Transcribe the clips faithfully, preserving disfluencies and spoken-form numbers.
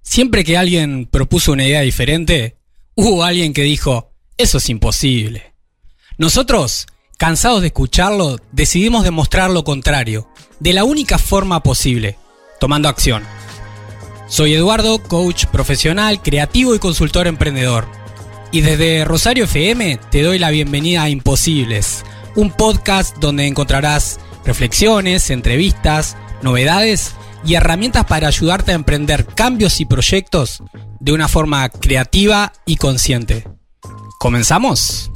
Siempre que alguien propuso una idea diferente, hubo alguien que dijo, eso es imposible. Nosotros, cansados de escucharlo, decidimos demostrar lo contrario, de la única forma posible, tomando acción. Soy Eduardo, coach profesional, creativo y consultor emprendedor. Y desde Rosario F M te doy la bienvenida a Imposibles, un podcast donde encontrarás reflexiones, entrevistas, novedades y herramientas para ayudarte a emprender cambios y proyectos de una forma creativa y consciente. ¿Comenzamos?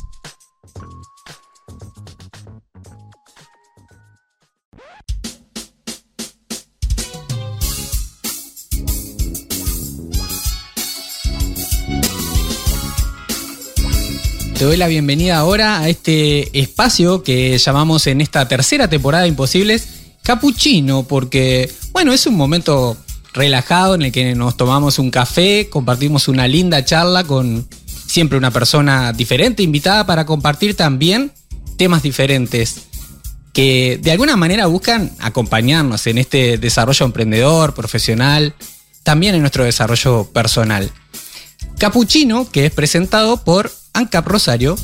Te doy la bienvenida ahora a este espacio que llamamos en esta tercera temporada de Imposibles Capuchino, porque, bueno, es un momento relajado en el que nos tomamos un café, compartimos una linda charla con siempre una persona diferente, invitada para compartir también temas diferentes que de alguna manera buscan acompañarnos en este desarrollo emprendedor, profesional, también en nuestro desarrollo personal. Capuchino, que es presentado por ANCAP Rosario.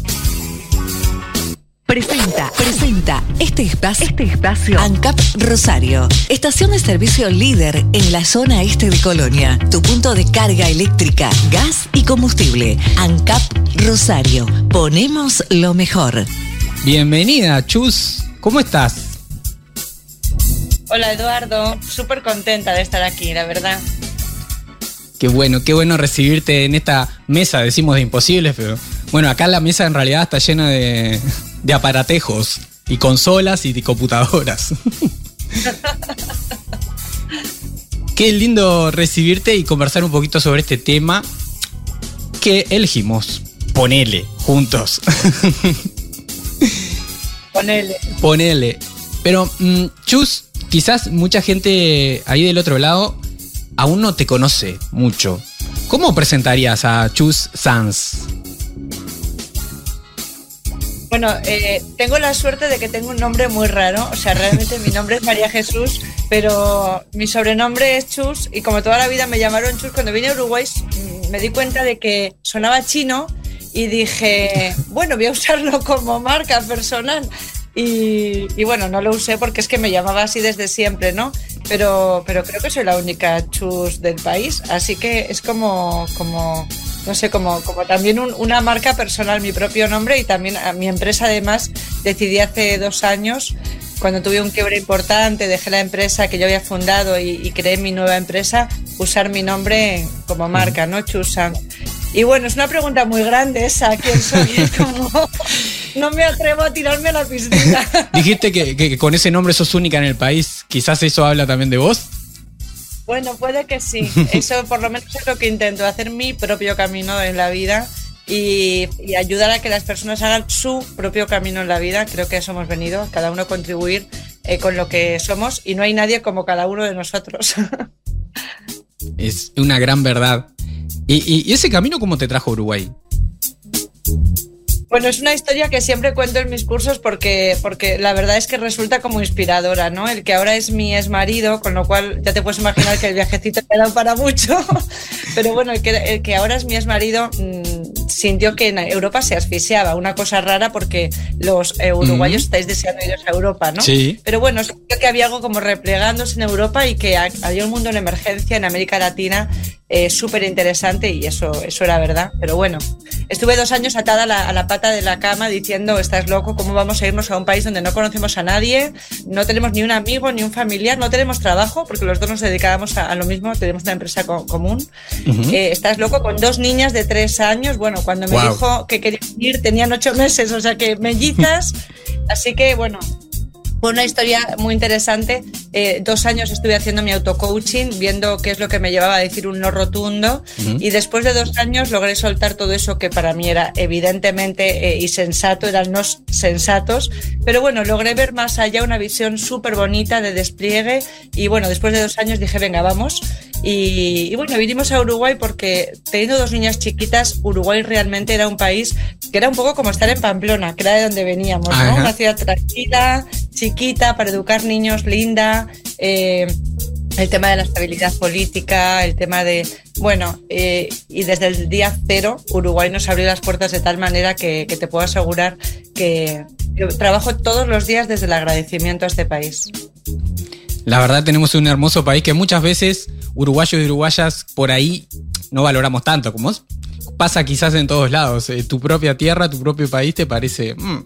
Presenta, presenta este espacio, este espacio ANCAP Rosario, estación de servicio líder en la zona este de Colonia, tu punto de carga eléctrica, gas y combustible. ANCAP Rosario, ponemos lo mejor. Bienvenida, Chus, ¿cómo estás? Hola Eduardo, súper contenta de estar aquí, la verdad. Qué bueno, qué bueno recibirte en esta mesa, decimos de imposibles, pero bueno, acá la mesa en realidad está llena de, de aparatejos y consolas y de computadoras. Qué lindo recibirte y conversar un poquito sobre este tema que elegimos. Ponele, juntos. Ponele. Ponele. Pero, mm, Chus, quizás mucha gente ahí del otro lado aún no te conoce mucho. ¿Cómo presentarías a Chus Sanz? Bueno, eh, tengo la suerte de que tengo un nombre muy raro. O sea, realmente mi nombre es María Jesús, pero mi sobrenombre es Chus. Y como toda la vida me llamaron Chus, cuando vine a Uruguay me di cuenta de que sonaba chino y dije, bueno, voy a usarlo como marca personal. Y, y bueno, no lo usé porque es que me llamaba así desde siempre, ¿no? Pero, pero creo que soy la única Chus del país, así que es como, como no sé, como, como también un, una marca personal, mi propio nombre, y también a mi empresa además decidí hace dos años, cuando tuve un quiebre importante, dejé la empresa que yo había fundado y, y creé mi nueva empresa, usar mi nombre como marca, ¿no? Chus Sanz. Y bueno, es una pregunta muy grande esa, ¿quién soy? Es como, no me atrevo a tirarme a la piscina. Dijiste que, que con ese nombre sos única en el país, quizás eso habla también de vos. Bueno, puede que sí, eso por lo menos es lo que intento, hacer mi propio camino en la vida y, y ayudar a que las personas hagan su propio camino en la vida. Creo que eso hemos venido, cada uno contribuir eh, con lo que somos, y no hay nadie como cada uno de nosotros. Es una gran verdad. ¿Y, y, y ese camino cómo te trajo a Uruguay? Bueno, es una historia que siempre cuento en mis cursos porque, porque la verdad es que resulta como inspiradora, ¿no? El que ahora es mi exmarido, con lo cual ya te puedes imaginar que el viajecito me ha dado para mucho, pero bueno, el que, el que ahora es mi exmarido mmm, sintió que en Europa se asfixiaba, una cosa rara porque los eh, uruguayos mm. estáis deseando iros a Europa, ¿no? Sí. Pero bueno, sintió que había algo como replegándose en Europa y que había un mundo en emergencia en América Latina eh, súper interesante, y eso, eso era verdad, pero bueno, estuve dos años atada a la, a la pata de la cama diciendo, estás loco, ¿cómo vamos a irnos a un país donde no conocemos a nadie, no tenemos ni un amigo ni un familiar, no tenemos trabajo, porque los dos nos dedicábamos a, a lo mismo, tenemos una empresa co- común, uh-huh. eh, estás loco, con dos niñas de tres años, bueno, cuando me wow. dijo que quería ir tenían ocho meses, o sea que mellizas, así que bueno, fue una historia muy interesante. Eh, dos años estuve haciendo mi auto-coaching, viendo qué es lo que me llevaba a decir un no rotundo, uh-huh. y después de dos años logré soltar todo eso que para mí era evidentemente eh, insensato, eran no sensatos, pero bueno, logré ver más allá, una visión súper bonita de despliegue, y bueno, después de dos años dije, venga, vamos. Y, y bueno, vinimos a Uruguay porque teniendo dos niñas chiquitas, Uruguay realmente era un país que era un poco como estar en Pamplona, que era de donde veníamos, ¿no? Una ciudad tranquila, chiquita, para educar niños, linda, eh, el tema de la estabilidad política, el tema de... Bueno, eh, y desde el día cero Uruguay nos abrió las puertas de tal manera que, que te puedo asegurar que yo trabajo todos los días desde el agradecimiento a este país. La verdad tenemos un hermoso país que muchas veces uruguayos y uruguayas por ahí no valoramos tanto, como pasa quizás en todos lados. Eh, tu propia tierra, tu propio país te parece... Mm.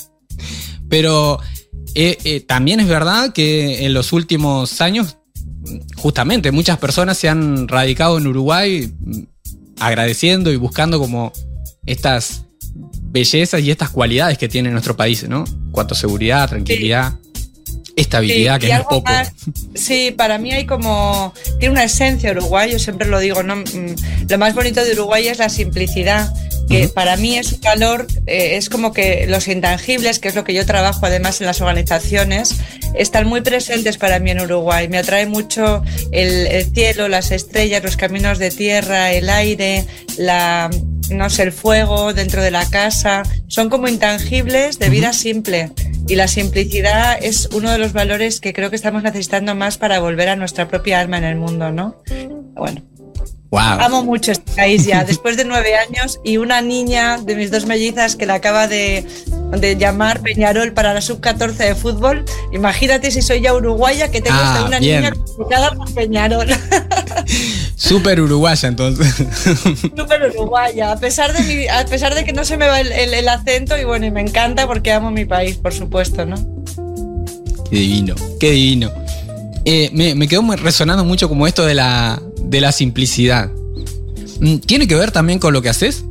Pero eh, eh, también es verdad que en los últimos años justamente muchas personas se han radicado en Uruguay agradeciendo y buscando como estas bellezas y estas cualidades que tiene nuestro país, ¿no? En cuanto a seguridad, tranquilidad, sí. estabilidad, sí, que no es poco. Más, sí, para mí hay como... Tiene una esencia Uruguay, yo siempre lo digo, ¿no? Lo más bonito de Uruguay es la simplicidad, que uh-huh. para mí es un valor, eh, es como que los intangibles, que es lo que yo trabajo además en las organizaciones, están muy presentes para mí en Uruguay. Me atrae mucho el, el cielo, las estrellas, los caminos de tierra, el aire, la, no sé, el fuego dentro de la casa. Son como intangibles de vida uh-huh. simple. Y la simplicidad es uno de los valores que creo que estamos necesitando más para volver a nuestra propia alma en el mundo, ¿no? Bueno. Wow. Amo mucho este país ya, después de nueve años y una niña de mis dos mellizas que la acaba de, de llamar Peñarol para la sub catorce de fútbol. Imagínate si soy ya uruguaya que tengo ah, una bien. niña convocada por Peñarol. Súper uruguaya entonces. Súper uruguaya, a pesar de mi, a pesar de que no se me va el, el, el acento y bueno, y me encanta porque amo mi país, por supuesto, ¿no? Qué divino, qué divino. Eh, me, me quedó resonando mucho como esto de la, de la simplicidad. ¿Tiene que ver también con lo que haces?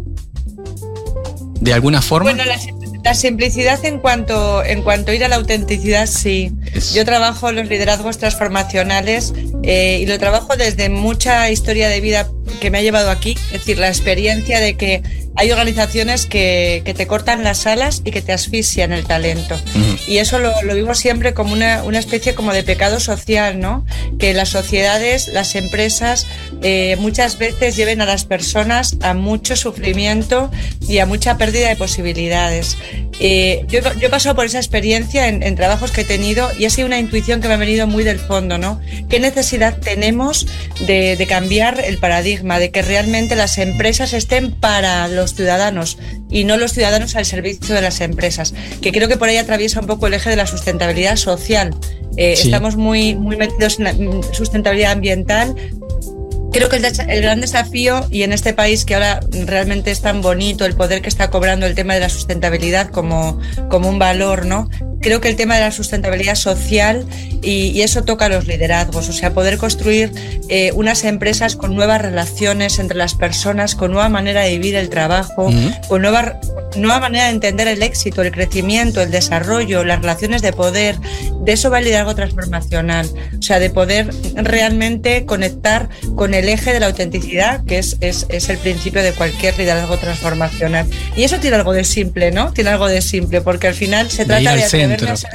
¿De alguna forma? Bueno, la, la simplicidad en cuanto, en cuanto a ir a la autenticidad, sí. Es... Yo trabajo los liderazgos transformacionales eh, y lo trabajo desde mucha historia de vida que me ha llevado aquí. Es decir, la experiencia de que hay organizaciones que, que te cortan las alas y que te asfixian el talento. Uh-huh. Y eso lo, lo vivo siempre como una, una especie como de pecado social, ¿no? Que las sociedades, las empresas, eh, muchas veces lleven a las personas a mucho sufrimiento y a mucha pérdida de posibilidades. Eh, yo, yo he pasado por esa experiencia en, en trabajos que he tenido y ha sido una intuición que me ha venido muy del fondo, ¿no? ¿Qué necesidad tenemos de, de cambiar el paradigma, de que realmente las empresas estén para los los ciudadanos y no los ciudadanos al servicio de las empresas? Que creo que por ahí atraviesa un poco el eje de la sustentabilidad social. Eh, sí. Estamos muy, muy metidos en la sustentabilidad ambiental. Creo que el, el gran desafío, y en este país que ahora realmente es tan bonito el poder que está cobrando el tema de la sustentabilidad como, como un valor, ¿no? Creo que el tema de la sustentabilidad social y, y eso toca a los liderazgos, o sea, poder construir eh, unas empresas con nuevas relaciones entre las personas, con nueva manera de vivir el trabajo, uh-huh. con nueva, nueva manera de entender el éxito, el crecimiento, el desarrollo, las relaciones de poder. De eso va el liderazgo transformacional, o sea, de poder realmente conectar con el eje de la autenticidad, que es, es, es el principio de cualquier liderazgo transformacional. Y eso tiene algo de simple, ¿no? Tiene algo de simple, porque al final se trata de, de atreverme a ser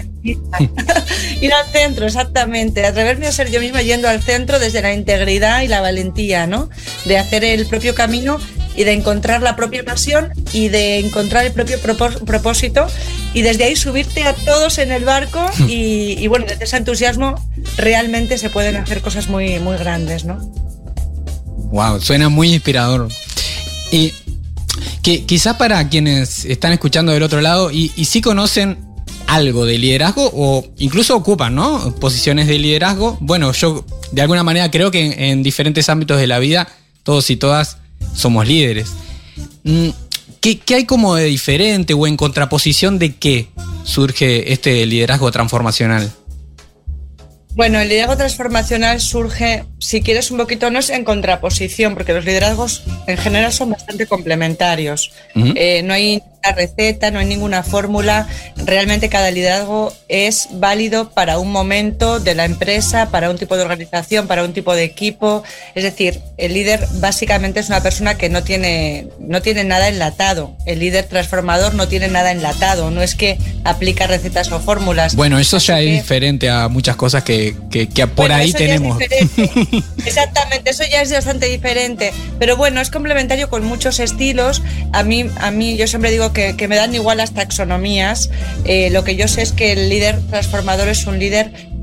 ir al centro, exactamente, atreverme a ser yo misma yendo al centro desde la integridad y la valentía, ¿no? De hacer el propio camino y de encontrar la propia pasión y de encontrar el propio propós- propósito y desde ahí subirte a todos en el barco y, y bueno, desde ese entusiasmo realmente se pueden hacer cosas muy, muy grandes, ¿no? Wow, suena muy inspirador. Y que quizás para quienes están escuchando del otro lado y, y sí conocen algo de liderazgo o incluso ocupan, ¿no?, posiciones de liderazgo. Bueno, yo de alguna manera creo que en, en diferentes ámbitos de la vida todos y todas somos líderes. ¿Qué, qué hay como de diferente o en contraposición de qué surge este liderazgo transformacional? Bueno, el liderazgo transformacional surge, si quieres, un poquito, no es en contraposición, porque los liderazgos en general son bastante complementarios. Uh-huh. Eh, no hay una receta, no hay ninguna fórmula. Realmente cada liderazgo es válido para un momento de la empresa, para un tipo de organización, para un tipo de equipo. Es decir, el líder básicamente es una persona que no tiene, no tiene nada enlatado. El líder transformador no tiene nada enlatado. No es que aplica recetas o fórmulas. Bueno, eso ya es diferente a muchas cosas que Que, que por bueno, ahí tenemos. Exactamente, eso ya es bastante diferente. Pero bueno, es complementario con muchos estilos. A mí, a mí yo siempre digo que, que me dan igual las taxonomías. Eh, lo que yo sé es que el líder transformador es un líder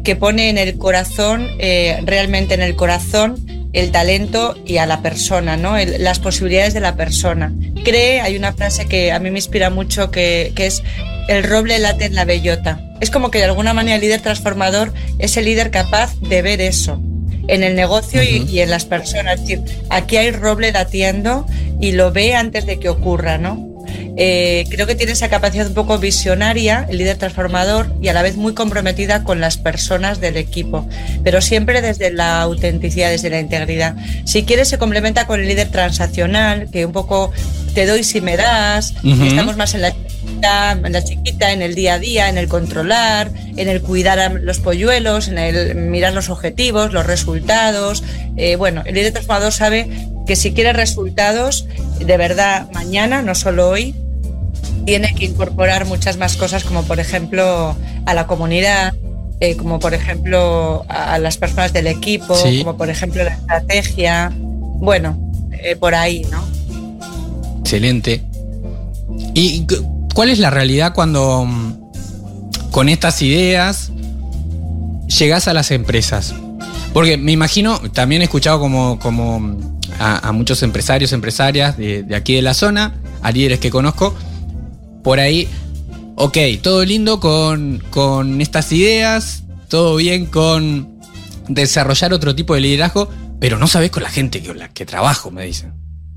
que pone en el corazón, eh, realmente en el corazón, el talento y a la persona, ¿no? El, las posibilidades de la persona. Cree, hay una frase que a mí me inspira mucho, que, que es: el roble late en la bellota. Es como que de alguna manera el líder transformador es el líder capaz de ver eso en el negocio y, y en las personas. Es decir, aquí hay roble latiendo y lo ve antes de que ocurra, ¿no? Eh, creo que tiene esa capacidad un poco visionaria, el líder transformador, y a la vez muy comprometida con las personas del equipo, pero siempre desde la autenticidad, desde la integridad. Si quieres, se complementa con el líder transaccional, que un poco te doy si me das, uh-huh. Estamos más en la chiquita, en la chiquita, en el día a día, en el controlar, en el cuidar a los polluelos, en el mirar los objetivos, los resultados. Eh, bueno, el líder transformador sabe que si quiere resultados de verdad mañana, no solo hoy, tiene que incorporar muchas más cosas, como por ejemplo a la comunidad, eh, como por ejemplo a las personas del equipo, sí. Como por ejemplo la estrategia, bueno, eh, por ahí, ¿no? Excelente. ¿Y cuál es la realidad cuando con estas ideas llegás a las empresas? Porque me imagino, también he escuchado como, como a, a muchos empresarios, empresarias de, de aquí de la zona, a líderes que conozco, por ahí, ok, todo lindo con, con estas ideas, todo bien con desarrollar otro tipo de liderazgo, pero no sabés con la gente con la que trabajo, me dicen.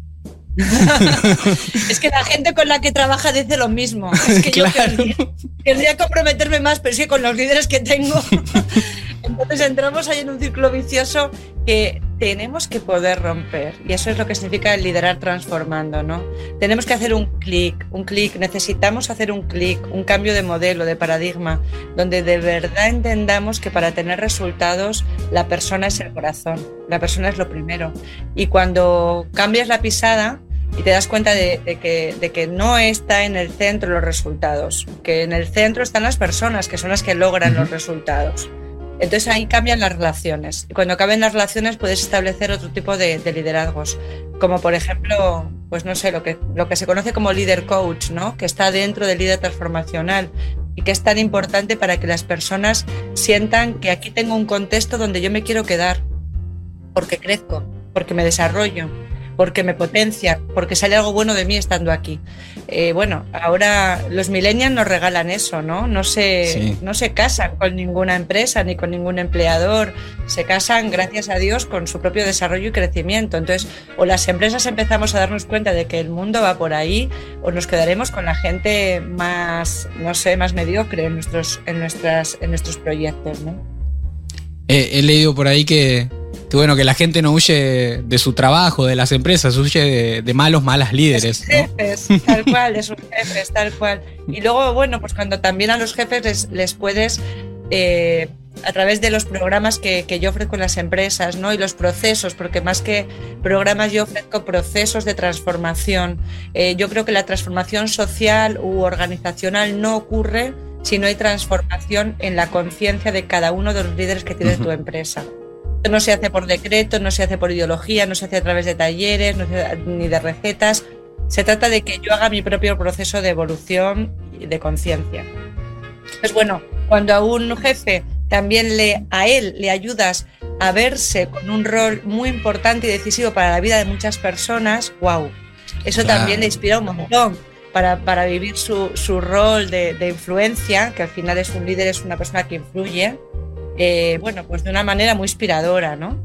Es que la gente con la que trabaja dice lo mismo. Es que claro. Yo querría, querría comprometerme más, pero es que con los líderes que tengo. Entonces entramos ahí en un círculo vicioso que tenemos que poder romper. Y eso es lo que significa el liderar transformando, ¿no? Tenemos que hacer un clic, un clic. Necesitamos hacer un clic, un cambio de modelo, de paradigma, donde de verdad entendamos que para tener resultados la persona es el corazón, la persona es lo primero. Y cuando cambias la pisada y te das cuenta de, de, que, de que no está en el centro los resultados, que en el centro están las personas, que son las que logran uh-huh. los resultados. Entonces ahí cambian las relaciones. Y cuando cambian las relaciones puedes establecer otro tipo de, de liderazgos, como por ejemplo, pues no sé, lo que, lo que se conoce como líder coach, ¿no? Que está dentro del líder transformacional y que es tan importante para que las personas sientan que aquí tengo un contexto donde yo me quiero quedar, porque crezco, porque me desarrollo, porque me potencia, porque sale algo bueno de mí estando aquí. Eh, bueno, ahora los millennials nos regalan eso, ¿no? No se, sí. no se casan con ninguna empresa ni con ningún empleador, se casan, gracias a Dios, con su propio desarrollo y crecimiento. Entonces, o las empresas empezamos a darnos cuenta de que el mundo va por ahí, o nos quedaremos con la gente más, no sé, más mediocre en nuestros, en nuestras, en nuestros proyectos, ¿no? Eh, he leído por ahí que Que bueno, que la gente no huye de su trabajo, de las empresas, huye de, de malos, malas líderes. De sus jefes, ¿no? Tal cual, de sus jefes, tal cual. Y luego, bueno, pues cuando también a los jefes les, les puedes, eh, a través de los programas que, que yo ofrezco en las empresas, ¿no? Y los procesos, porque más que programas yo ofrezco procesos de transformación. Eh, yo creo que la transformación social u organizacional no ocurre si no hay transformación en la conciencia de cada uno de los líderes que tiene uh-huh. tu empresa. No se hace por decreto, no se hace por ideología, no se hace a través de talleres, no se hace, ni de recetas. Se trata de que yo haga mi propio proceso de evolución y de conciencia. Pues bueno, cuando a un jefe también le, a él le ayudas a verse con un rol muy importante y decisivo para la vida de muchas personas, wow, eso claro. también le inspira un montón para, para vivir su, su rol de, de influencia, que al final es un líder, es una persona que influye. Eh, bueno, pues de una manera muy inspiradora, ¿no?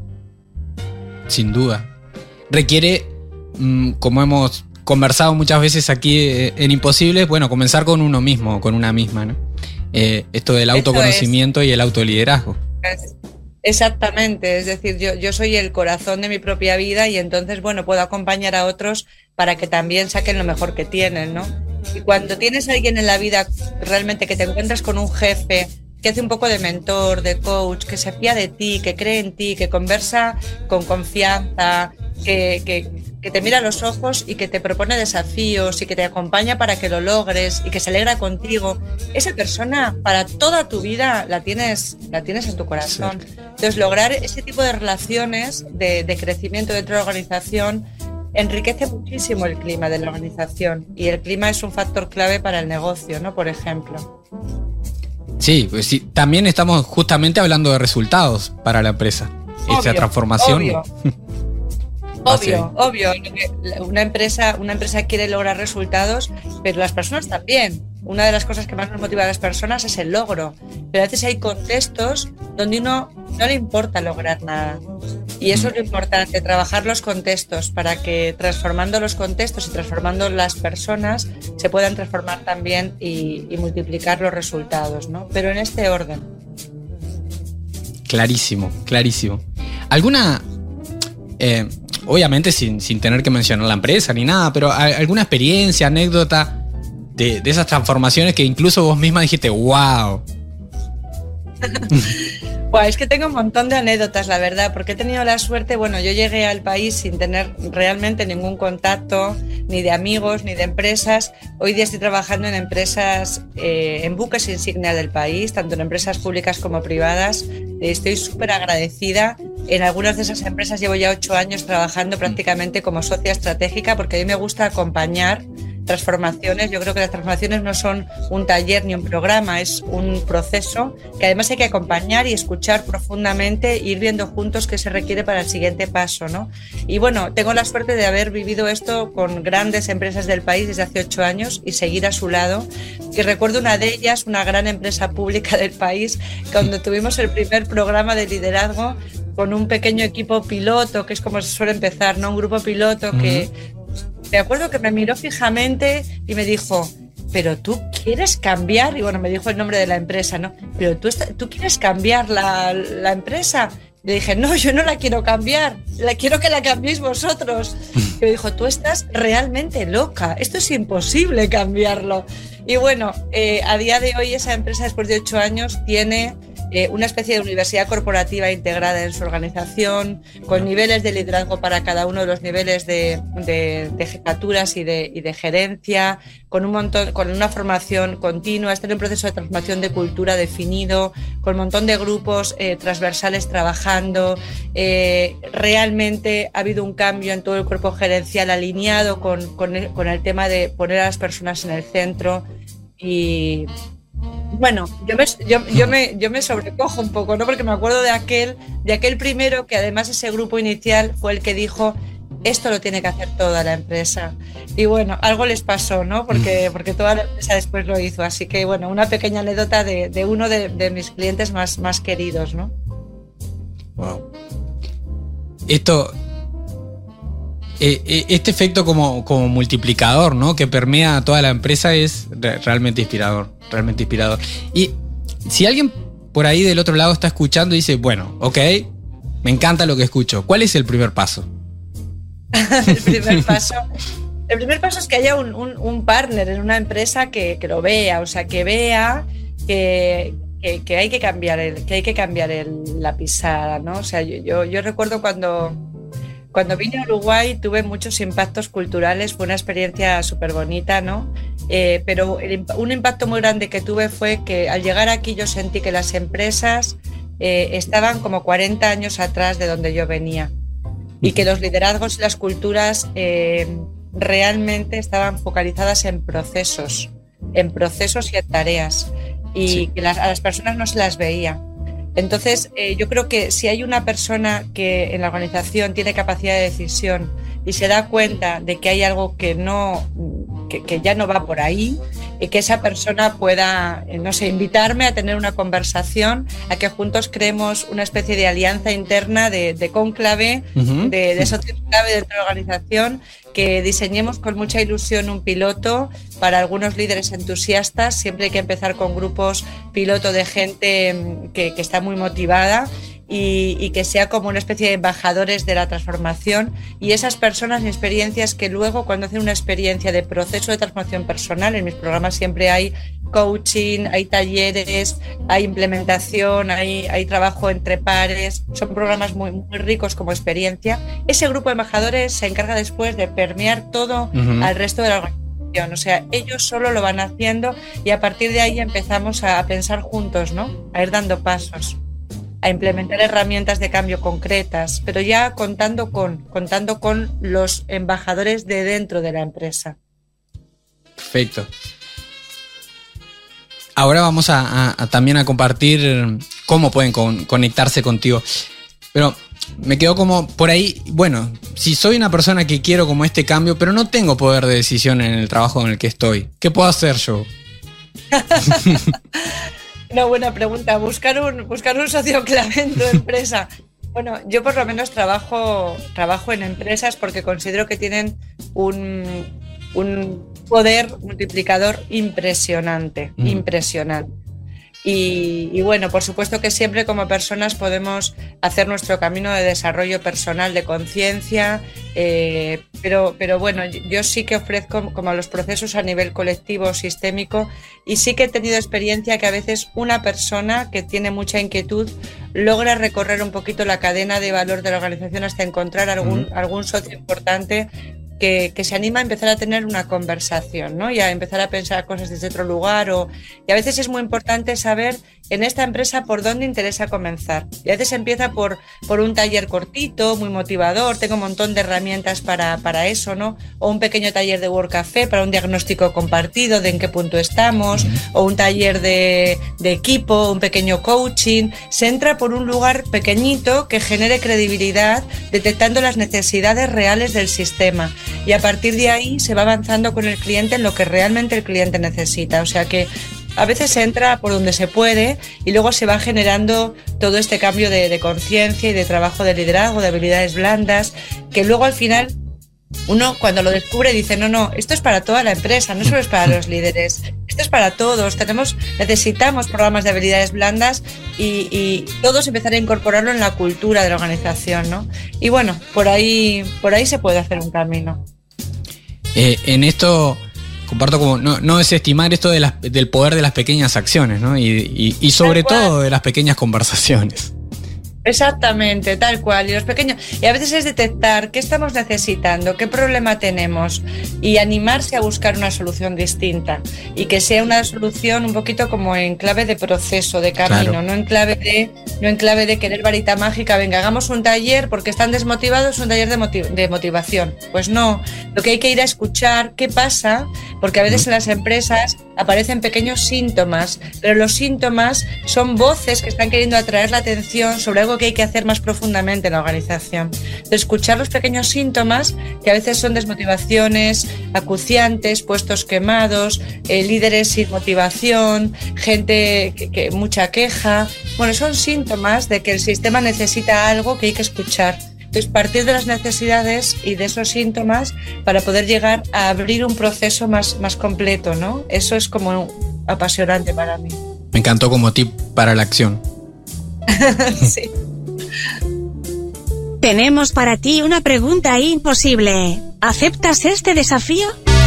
Sin duda. Requiere, mmm, como hemos conversado muchas veces aquí eh, en Imposibles, bueno, comenzar con uno mismo, con una misma, ¿no? Eh, esto del autoconocimiento es. Y el autoliderazgo. Es, exactamente, es decir, yo, yo soy el corazón de mi propia vida y entonces, bueno, puedo acompañar a otros para que también saquen lo mejor que tienen, ¿no? Y cuando tienes a alguien en la vida realmente que te encuentras con un jefe que hace un poco de mentor, de coach, que se fía de ti, que cree en ti, que conversa con confianza, que, que, que te mira a los ojos y que te propone desafíos y que te acompaña para que lo logres y que se alegra contigo. Esa persona para toda tu vida la tienes, la tienes en tu corazón. Sí. Entonces, lograr ese tipo de relaciones de, de crecimiento dentro de la organización enriquece muchísimo el clima de la organización y el clima es un factor clave para el negocio, ¿no? Por ejemplo. Sí, pues sí, también estamos justamente hablando de resultados para la empresa. Obvio, Esta transformación. Obvio, obvio, obvio. Una empresa, una empresa quiere lograr resultados, pero las personas también. Una de las cosas que más nos motiva a las personas es el logro. Pero a veces hay contextos donde uno no le importa lograr nada. Y eso es lo importante, trabajar los contextos para que transformando los contextos y transformando las personas se puedan transformar también y, y multiplicar los resultados, ¿no? Pero en este orden. Clarísimo, clarísimo. ¿Alguna, eh, obviamente sin, sin tener que mencionar la empresa ni nada, pero alguna experiencia, anécdota de, de esas transformaciones que incluso vos misma dijiste, wow? Bueno, es que tengo un montón de anécdotas, la verdad, porque he tenido la suerte, bueno, yo llegué al país sin tener realmente ningún contacto, ni de amigos, ni de empresas. Hoy día estoy trabajando en empresas, eh, en buques insignia del país, tanto en empresas públicas como privadas. Estoy súper agradecida. En algunas de esas empresas llevo ya ocho años trabajando prácticamente como socia estratégica, porque a mí me gusta acompañar transformaciones. Yo creo que las transformaciones no son un taller ni un programa, es un proceso que además hay que acompañar y escuchar profundamente e ir viendo juntos qué se requiere para el siguiente paso, ¿no? Y bueno, tengo la suerte de haber vivido esto con grandes empresas del país desde hace ocho años y seguir a su lado. Y recuerdo una de ellas, una gran empresa pública del país, cuando tuvimos el primer programa de liderazgo con un pequeño equipo piloto, que es como se suele empezar, ¿no? Un grupo piloto que... Uh-huh. Me acuerdo que me miró fijamente y me dijo, pero tú quieres cambiar, y bueno, me dijo el nombre de la empresa, ¿no? Pero tú, tú quieres cambiar la, la empresa. Le dije, no, yo no la quiero cambiar, la quiero que la cambiéis vosotros. Y me dijo, tú estás realmente loca, esto es imposible cambiarlo. Y bueno, eh, a día de hoy esa empresa, después de ocho años, tiene eh, una especie de universidad corporativa integrada en su organización, con niveles de liderazgo para cada uno de los niveles de, de, de jefaturas y de, y de gerencia, con un montón, con una formación continua, está en un proceso de transformación de cultura definido, con un montón de grupos eh, transversales trabajando. Eh, realmente ha habido un cambio en todo el cuerpo gerencial alineado con, con, el, con el tema de poner a las personas en el centro. Y bueno, yo me, yo, yo, me, yo me sobrecojo un poco, ¿no? Porque me acuerdo de aquel, de aquel primero que además ese grupo inicial fue el que dijo, esto lo tiene que hacer toda la empresa. Y bueno, algo les pasó, ¿no? Porque, porque toda la empresa después lo hizo. Así que bueno, una pequeña anécdota de, de uno de, de mis clientes más, más queridos, ¿no? Wow. Esto... Este efecto como, como multiplicador, ¿no? Que permea a toda la empresa es realmente inspirador, realmente inspirador. Y si alguien por ahí del otro lado está escuchando y dice, bueno, ok, me encanta lo que escucho, ¿cuál es el primer paso? el primer paso... El primer paso es que haya un, un, un partner en una empresa que, que lo vea, o sea, que vea que... Que, que hay que cambiar el, que hay que cambiar el, la pisada, ¿no? O sea, yo, yo, yo recuerdo cuando, cuando vine a Uruguay tuve muchos impactos culturales, fue una experiencia súper bonita, ¿no? Eh, pero el, un impacto muy grande que tuve fue que al llegar aquí yo sentí que las empresas eh, estaban como cuarenta años atrás de donde yo venía y que los liderazgos y las culturas eh, realmente estaban focalizadas en procesos, en procesos y en tareas. Y sí. que las, a las personas no se las veía. Entonces, eh, yo creo que si hay una persona que en la organización tiene capacidad de decisión y se da cuenta de que hay algo que no, que, que ya no va por ahí, y que esa persona pueda, no sé, invitarme a tener una conversación, a que juntos creemos una especie de alianza interna, de, de cónclave, uh-huh. de, de socio clave dentro de la organización, que diseñemos con mucha ilusión un piloto para algunos líderes entusiastas. Siempre hay que empezar con grupos piloto de gente que, que está muy motivada y, y que sea como una especie de embajadores de la transformación, y esas personas y experiencias que luego, cuando hacen una experiencia de proceso de transformación personal, en mis programas siempre hay coaching, hay talleres, hay implementación, hay, hay trabajo entre pares, son programas muy, muy ricos como experiencia. Ese grupo de embajadores se encarga después de permear todo uh-huh. al resto de la organización, o sea, ellos solo lo van haciendo y a partir de ahí empezamos a pensar juntos, ¿no? A ir dando pasos, a implementar herramientas de cambio concretas, pero ya contando con, contando con los embajadores de dentro de la empresa. Perfecto. ahora vamos a, a, a también a compartir cómo pueden con, conectarse contigo. Pero me quedo como por ahí, bueno, si soy una persona que quiero como este cambio, pero no tengo poder de decisión en el trabajo en el que estoy, ¿qué puedo hacer yo? Una buena pregunta. Buscar un, buscar un socio clave en tu empresa. Bueno, yo por lo menos trabajo, trabajo en empresas porque considero que tienen un, un poder multiplicador impresionante, mm. impresionante. Y, y bueno, por supuesto que siempre como personas podemos hacer nuestro camino de desarrollo personal, de conciencia, eh, pero, pero bueno, yo sí que ofrezco como los procesos a nivel colectivo, sistémico, y sí que he tenido experiencia que a veces una persona que tiene mucha inquietud logra recorrer un poquito la cadena de valor de la organización hasta encontrar algún, uh-huh. algún socio importante Que, que se anima a empezar a tener una conversación, ¿no? Y a empezar a pensar cosas desde otro lugar. O, y a veces es muy importante saber en esta empresa por dónde interesa comenzar. Y a veces empieza por, por un taller cortito, muy motivador, tengo un montón de herramientas para, para eso, ¿no? O un pequeño taller de Work Café para un diagnóstico compartido de en qué punto estamos, o un taller de, de equipo, un pequeño coaching. Se entra por un lugar pequeñito que genere credibilidad, detectando las necesidades reales del sistema. Y a partir de ahí se va avanzando con el cliente en lo que realmente el cliente necesita. O sea que a veces se entra por donde se puede y luego se va generando todo este cambio de, de conciencia y de trabajo de liderazgo, de habilidades blandas, que luego al final uno cuando lo descubre dice, no, no, esto es para toda la empresa, no solo es para los líderes, esto es para todos. Tenemos, necesitamos programas de habilidades blandas y, y todos empezar a incorporarlo en la cultura de la organización, ¿no? Y bueno, por ahí, por ahí se puede hacer un camino. Eh, en esto comparto como no, no desestimar esto de las, del poder de las pequeñas acciones, ¿no? Y, y, y sobre todo de las pequeñas conversaciones. Exactamente, tal cual. Y los pequeños, y a veces es detectar qué estamos necesitando, qué problema tenemos y animarse a buscar una solución distinta y que sea una solución un poquito como en clave de proceso, de camino, claro. no en clave de no en clave de querer varita mágica, venga, hagamos un taller porque están desmotivados, un taller de, motiv- de motivación. Pues no, lo que hay que ir a escuchar qué pasa, porque a veces en las empresas aparecen pequeños síntomas, pero los síntomas son voces que están queriendo atraer la atención sobre algo que hay que hacer más profundamente en la organización. De escuchar los pequeños síntomas, que a veces son desmotivaciones acuciantes, puestos quemados, eh, líderes sin motivación, gente que, que mucha queja. Bueno, son síntomas de que el sistema necesita algo que hay que escuchar. Entonces, partir de las necesidades y de esos síntomas para poder llegar a abrir un proceso más, más completo, ¿no? Eso es como apasionante para mí. Me encantó como tip para la acción. Sí. Tenemos para ti una pregunta imposible. ¿Aceptas este desafío?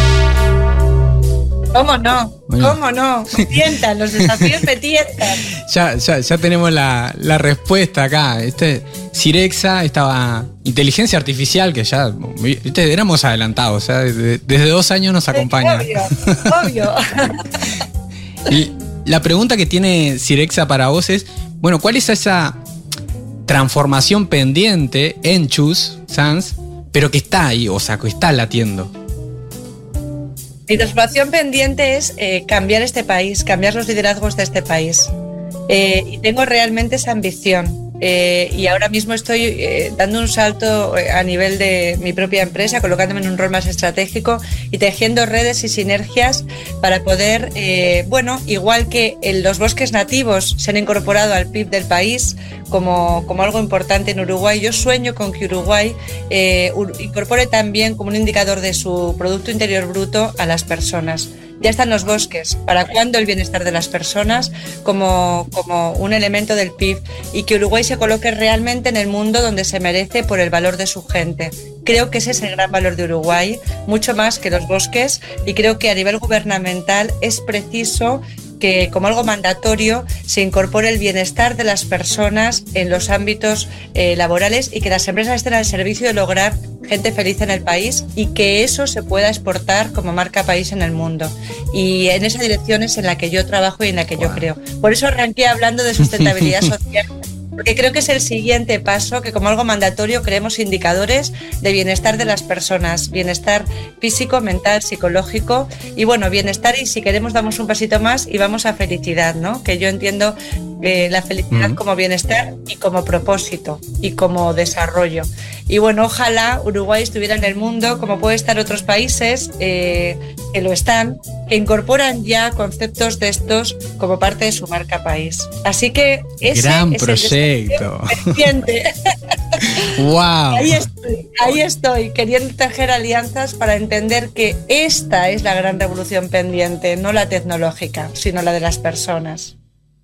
¿Cómo no? Bueno. ¿Cómo no? Me tientan, los desafíos me tientan. Ya, ya, ya tenemos la, la respuesta acá. Este, Cirexa, esta inteligencia artificial que ya, ¿viste? Éramos adelantados, o sea, desde, desde dos años nos acompaña. Obvio, obvio. Y la pregunta que tiene Cirexa para vos es, bueno, ¿cuál es esa transformación pendiente en Choose Sans, pero que está ahí, o sea, que está latiendo? Mi transformación pendiente es eh, cambiar este país, cambiar los liderazgos de este país. Eh, y tengo realmente esa ambición. Eh, y ahora mismo estoy eh, dando un salto a nivel de mi propia empresa, colocándome en un rol más estratégico y tejiendo redes y sinergias para poder, eh, bueno, igual que en los bosques nativos se han incorporado al P I B del país como, como algo importante en Uruguay, yo sueño con que Uruguay eh, incorpore también como un indicador de su Producto Interior Bruto a las personas. Ya están los bosques. ¿Para cuándo el bienestar de las personas como, como un elemento del P I B? Y que Uruguay se coloque realmente en el mundo donde se merece por el valor de su gente. Creo que ese es el gran valor de Uruguay, mucho más que los bosques, y creo que a nivel gubernamental es preciso que como algo mandatorio se incorpore el bienestar de las personas en los ámbitos eh, laborales y que las empresas estén al servicio de lograr gente feliz en el país y que eso se pueda exportar como marca país en el mundo. Y en esa dirección es en la que yo trabajo y en la que wow. yo creo. Por eso arranqué hablando de sustentabilidad social porque creo que es el siguiente paso, que como algo mandatorio creemos indicadores de bienestar de las personas, bienestar físico, mental, psicológico y bueno, bienestar, y si queremos damos un pasito más y vamos a felicidad, ¿no? Que yo entiendo eh, la felicidad mm. como bienestar y como propósito y como desarrollo. Y bueno, ojalá Uruguay estuviera en el mundo como puede estar otros países eh, que lo están, que incorporan ya conceptos de estos como parte de su marca país. Así que ese gran es proyecto. El Wow. Ahí estoy, ahí estoy, queriendo tejer alianzas para entender que esta es la gran revolución pendiente, no la tecnológica, sino la de las personas.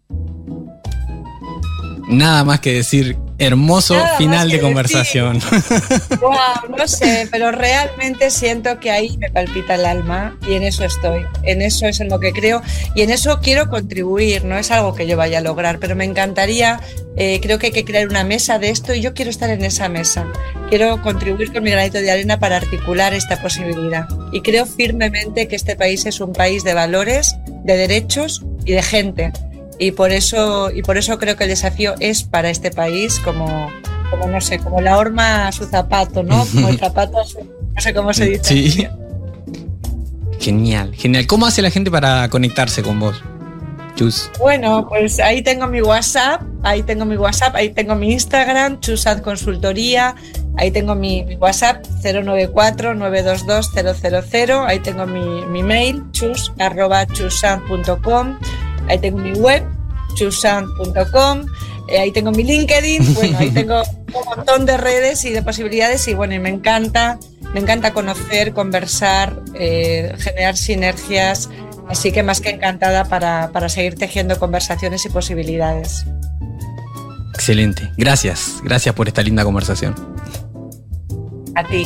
Nada más que decir, hermoso Nada final de conversación. Wow, no sé, pero realmente siento que ahí me palpita el alma y en eso estoy, en eso es en lo que creo y en eso quiero contribuir, no es algo que yo vaya a lograr, pero me encantaría, eh, creo que hay que crear una mesa de esto y yo quiero estar en esa mesa, quiero contribuir con mi granito de arena para articular esta posibilidad y creo firmemente que este país es un país de valores, de derechos y de gente. Y por eso y por eso creo que el desafío es para este país como, como no sé, como la horma a su zapato, ¿no? Como el zapato a su, no sé cómo se dice. Sí. Genial, genial. ¿Cómo hace la gente para conectarse con vos, Chus? Bueno, pues ahí tengo mi WhatsApp, ahí tengo mi WhatsApp, ahí tengo mi Instagram, Chusant Consultoría, ahí tengo mi, mi WhatsApp cero nueve cuatro nueve dos dos cero cero cero, ahí tengo mi, mi mail chus arroba chusant punto com. Ahí tengo mi web, chusant punto com, eh, ahí tengo mi LinkedIn, bueno, ahí tengo un montón de redes y de posibilidades y bueno, y me encanta, me encanta conocer, conversar, eh, generar sinergias, así que más que encantada para, para seguir tejiendo conversaciones y posibilidades. Excelente, gracias, gracias por esta linda conversación. A ti.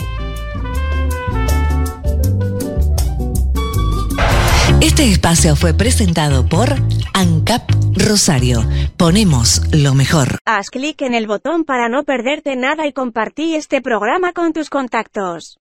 Este espacio fue presentado por ANCAP Rosario. Ponemos lo mejor. Haz clic en el botón para no perderte nada y compartí este programa con tus contactos.